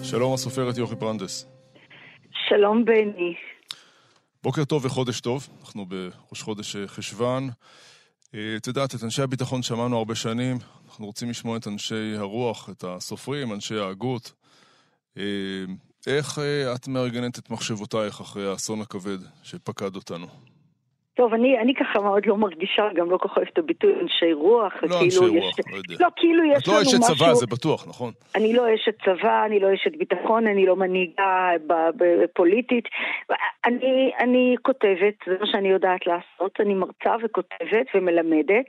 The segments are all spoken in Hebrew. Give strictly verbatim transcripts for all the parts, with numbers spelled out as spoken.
שלום הסופרת יוכי ברנדס. שלום בני. בוקר טוב וחודש טוב, אנחנו בראש חודש חשבן. את יודעת, את אנשי הביטחון שמענו הרבה שנים, אנחנו רוצים לשמוע את אנשי הרוח, את הסופרים, אנשי ההגות. איך את מארגנת את מחשבותייך אחרי האסון הכבד שפקד אותנו? טוב, אני, אני ככה מאוד לא מרגישה, גם לא ככה אוהבת את הביטוי אנשי רוח. לא כאילו אנשי יש, רוח, לא יודע. לא, כאילו יש את לא לנו אשת משהו... צבא, זה בטוח, נכון? אני לא אשת צבא, אני לא אשת ביטחון, אני לא מנהיגה פוליטית. אני, אני כותבת, זה מה שאני יודעת לעשות, אני מרצה וכותבת ומלמדת.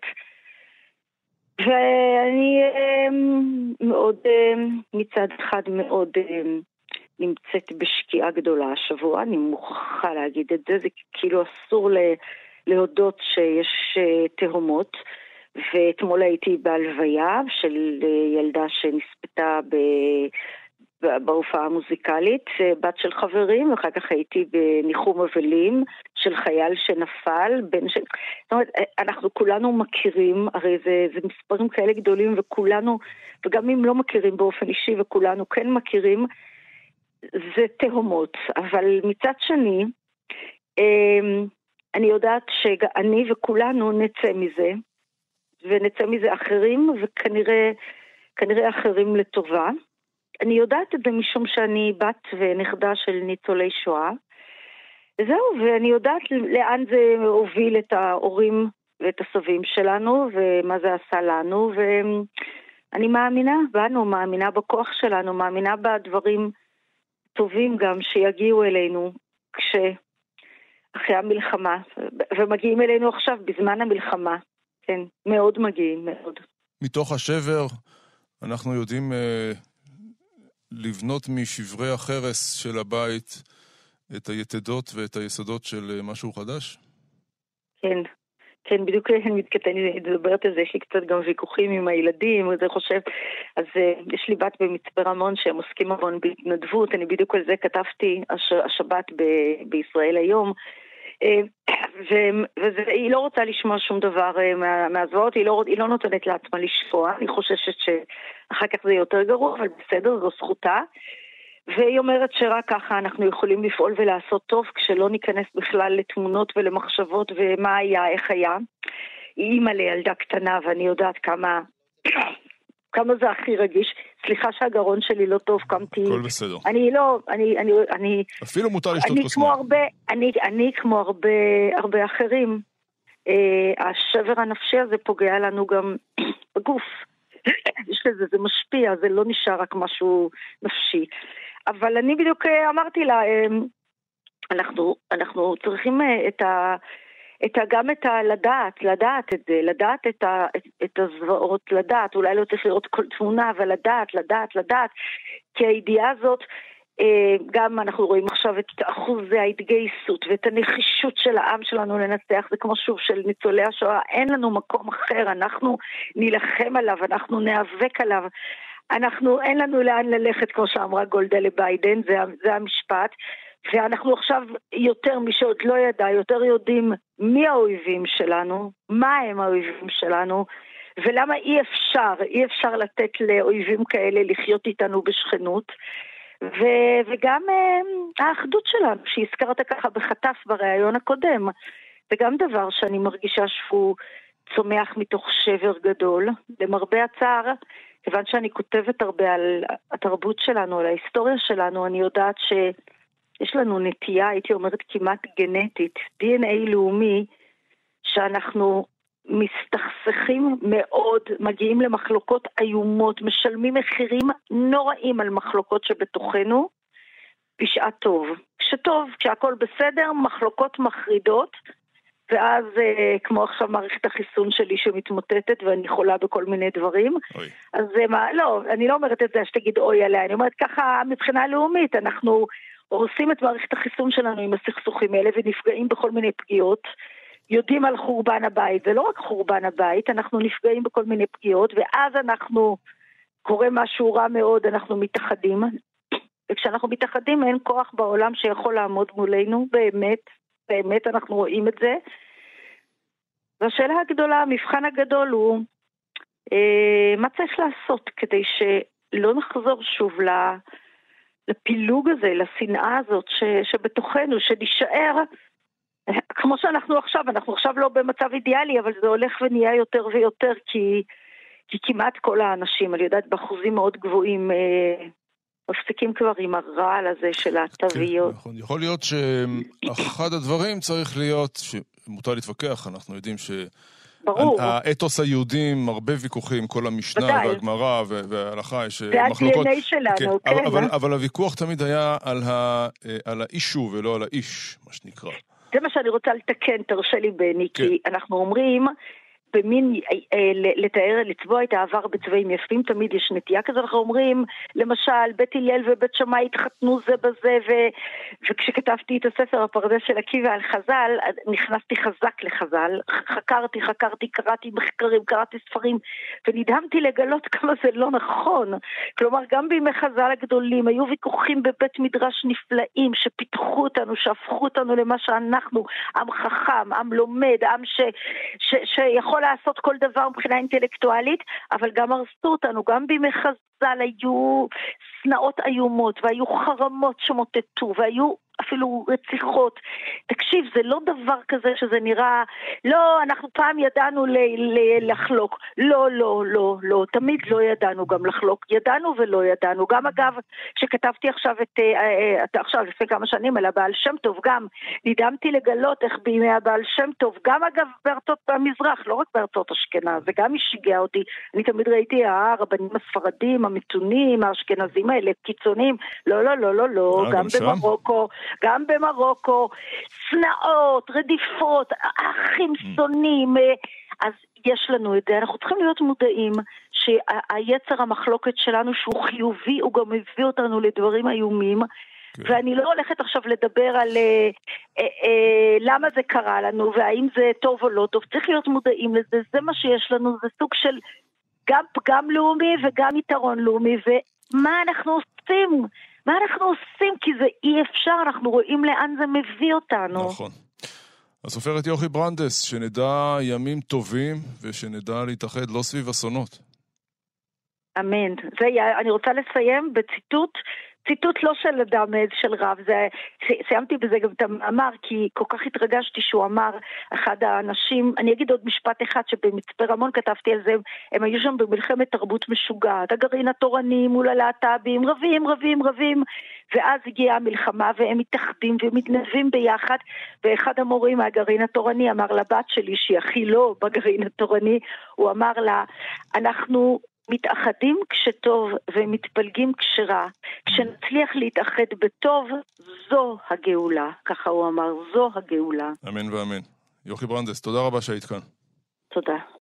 ואני מאוד, מצד אחד מאוד... נמצאת בשקיעה גדולה השבוע, אני מוכרחה להגיד את זה, זה כאילו אסור להודות שיש תהומות, ואתמול הייתי בהלוויה של ילדה שנספתה בהופעה המוזיקלית, בת של חברים, ואחר כך הייתי בניחום אבלים של חייל שנפל, בן ש... זאת אומרת, אנחנו כולנו מכירים, הרי זה, זה מספרים כאלה גדולים, וכולנו, וגם אם לא מכירים באופן אישי, וכולנו כן מכירים, זה תהומות, אבל מצד שני, אני יודעת שאני וכולנו נצא מזה, ונצא מזה אחרים, וכנראה כנראה אחרים לטובה. אני יודעת את זה משום שאני בת ונכדה של ניצולי שואה, וזהו, ואני יודעת לאן זה הוביל את ההורים ואת הסבים שלנו, ומה זה עשה לנו, ואני מאמינה בנו, מאמינה בכוח שלנו, מאמינה בדברים טובים גם שיגיעו אלינו כשאחרי המלחמה, ומגיעים אלינו עכשיו בזמן המלחמה, כן, מאוד מגיעים, מאוד. מתוך השבר אנחנו יודעים אה, לבנות משברי החרס של הבית את היתדות ואת היסודות של משהו חדש? כן. כן, בדיוק אני מדברת על זה, יש לי קצת גם ויכוחים עם הילדים, וזה חושב, אז uh, יש לי בת במצפה רמון שהם עוסקים המון בהתנדבות, אני בדיוק על זה כתבתי הש, השבת ב- בישראל היום, uh, והיא לא רוצה לשמוע שום דבר uh, מה, מהזוועות, היא לא, היא לא נותנת לעצמה לשפוע, אני חוששת שאחר כך זה יותר גרוע, אבל בסדר, זו זכותה, והיא אומרת שרק ככה אנחנו יכולים לפעול ולעשות טוב, כשלא ניכנס בכלל לתמונות ולמחשבות ומה היה, איך היה. היא אימא לילדה קטנה, ואני יודעת כמה, כמה זה הכי רגיש. סליחה שהגרון שלי לא טוב, קמתי... הכל בסדר. אני לא, אני, אני, אני... אפילו מותר לשתות אני כוס כמו מים. הרבה, אני, אני כמו הרבה, הרבה אחרים. אה, השבר הנפשי הזה פוגע לנו גם בגוף. יש לזה, זה משפיע, זה לא נשאר רק משהו נפשי. אבל אני בדיוק אמרתי לה, אנחנו, אנחנו צריכים את ה, את ה, גם את ה, לדעת, לדעת את זה, לדעת את ה, את, את הזוועות, לדעת, אולי לא צריך לראות כל תמונה, אבל לדעת, לדעת, לדעת, כי הידיעה הזאת, גם אנחנו רואים עכשיו את אחוזי ההתגייסות ואת הנחישות של העם שלנו לנצח, זה כמו שוב של ניצולי השואה, אין לנו מקום אחר, אנחנו נילחם עליו, אנחנו ניאבק עליו, אנחנו, אין לנו לאן ללכת, כמו שאמרה גולדה לביידן, זה, זה המשפט, ואנחנו עכשיו יותר, מי שעוד לא ידע, יותר יודעים מי האויבים שלנו, מה הם האויבים שלנו, ולמה אי אפשר, אי אפשר לתת לאויבים כאלה לחיות איתנו בשכנות, ו- וגם uh, האחדות שלנו, שהזכרת ככה בחטף בריאיון הקודם, זה גם דבר שאני מרגישה שהוא צומח מתוך שבר גדול, למרבה הצער, כיוון שאני כותבת הרבה על התרבות שלנו, על ההיסטוריה שלנו, אני יודעת שיש לנו נטייה, הייתי אומרת כמעט גנטית, די אן איי לאומי, שאנחנו מסתכסכים מאוד, מגיעים למחלוקות איומות, משלמים מחירים נוראים על מחלוקות שבתוכנו, בשעה טוב. כשטוב, כשהכל בסדר, מחלוקות מחרידות, ואז כמו עכשיו מערכת החיסון שלי שמתמוטטת ואני חולה בכל מיני דברים, אוי. אז מה, לא, אני לא אומרת את זה שתגיד אוי עליה, אני אומרת ככה מבחינה לאומית, אנחנו הורסים את מערכת החיסון שלנו עם הסכסוכים האלה ונפגעים בכל מיני פגיעות, יודעים על חורבן הבית, זה לא רק חורבן הבית, אנחנו נפגעים בכל מיני פגיעות, ואז אנחנו, קורה משהו רע מאוד, אנחנו מתאחדים, וכשאנחנו מתאחדים אין כוח בעולם שיכול לעמוד מולנו, באמת, באמת אנחנו רואים את זה. והשאלה הגדולה, המבחן הגדול הוא, אה, מה צריך לעשות כדי שלא נחזור שוב ל, לפילוג הזה, לשנאה הזאת ש, שבתוכנו, שנשאר, כמו שאנחנו עכשיו, אנחנו עכשיו לא במצב אידיאלי, אבל זה הולך ונהיה יותר ויותר, כי, כי כמעט כל האנשים, אני יודעת, באחוזים מאוד גבוהים, אה, מפסיקים כבר עם הרעל הזה של התוויות. כן, נכון. יכול להיות שאחד הדברים צריך להיות, שמותר להתווכח, אנחנו יודעים ש... ברור. האתוס היהודים, הרבה ויכוחים, כל המשנה ודאי. והגמרא וההלכה, יש זה מחלוקות. ה-די אן איי שלנו, כן. כן. אבל, אבל הוויכוח תמיד היה על, ה, על האישו ולא על האיש, מה שנקרא. זה מה שאני רוצה לתקן, תרשה לי בני, כן. כי אנחנו אומרים, במין לתאר, לצבוע את העבר בצבעים יפים, תמיד יש נטייה כזו, אנחנו אומרים, למשל, בית הלל ובית שמאי התחתנו זה בזה, ו... וכשכתבתי את הספר הפרדס של עקיבא על חז"ל, נכנסתי חזק לחז"ל, חקרתי, חקרתי, קראתי מחקרים, קראתי ספרים, ונדהמתי לגלות כמה זה לא נכון. כלומר, גם בימי חז"ל הגדולים, היו ויכוחים בבית מדרש נפלאים, שפיתחו אותנו, שהפכו אותנו למה שאנחנו, עם חכם, עם לומד, עם ש... ש... שיכול לעשות כל דבר מבחינה אינטלקטואלית, אבל גם הרסו אותנו, גם בימי חז"ל היו שנאות איומות, והיו חרמות שמוטטו, והיו אפילו רציחות. תקשיב, זה לא דבר כזה שזה נראה, לא, אנחנו פעם ידענו ל- ל- לחלוק. לא, לא, לא, לא, תמיד לא ידענו גם לחלוק. ידענו ולא ידענו. גם אגב, שכתבתי עכשיו את, את עכשיו לפני כמה שנים על הבעל שם טוב, גם נדהמתי לגלות איך בימי הבעל שם טוב, גם אגב בארצות המזרח, לא רק בארצות אשכנז, זה גם השיגע אותי. אני תמיד ראיתי הרבנים הספרדים, המתונים, האשכנזים האלה, קיצונים. לא, לא, לא, לא, לא, גם במרוקו. גם במרוקו, סנאות, רדיפות, אחים שונאים, אז יש לנו את זה, אנחנו צריכים להיות מודעים שהיצר המחלוקת שלנו שהוא חיובי, הוא גם מביא אותנו לדברים איומים, כן. ואני לא הולכת עכשיו לדבר על אה, אה, אה, למה זה קרה לנו, והאם זה טוב או לא טוב, צריך להיות מודעים לזה, זה מה שיש לנו, זה סוג של גם פגם לאומי וגם יתרון לאומי, ומה אנחנו עושים? מה אנחנו עושים? כי זה אי אפשר, אנחנו רואים לאן זה מביא אותנו. נכון. הסופרת יוכי ברנדס, שנדע ימים טובים ושנדע להתאחד לא סביב אסונות. אמן. זה, אני רוצה לסיים בציטוט, ציטוט לא של אדם, של רב, זה, סיימתי בזה גם את המאמר, כי כל כך התרגשתי שהוא אמר, אחד האנשים, אני אגיד עוד משפט אחד, שבמצפה רמון כתבתי על זה, הם, הם היו שם במלחמת תרבות משוגעת, הגרעין התורני מול הלהט"בים, רבים, רבים, רבים, ואז הגיעה המלחמה, והם מתאחדים ומתנדבים ביחד, ואחד המורים מהגרעין התורני אמר לבת שלי, שהיא הכי לא בגרעין התורני, הוא אמר לה, אנחנו מתאחדים כשטוב ומתפלגים כשרע. כשנצליח להתאחד בטוב, זו הגאולה. ככה הוא אמר, זו הגאולה. אמן ואמן. יוכי ברנדס, תודה רבה שהיית כאן. תודה.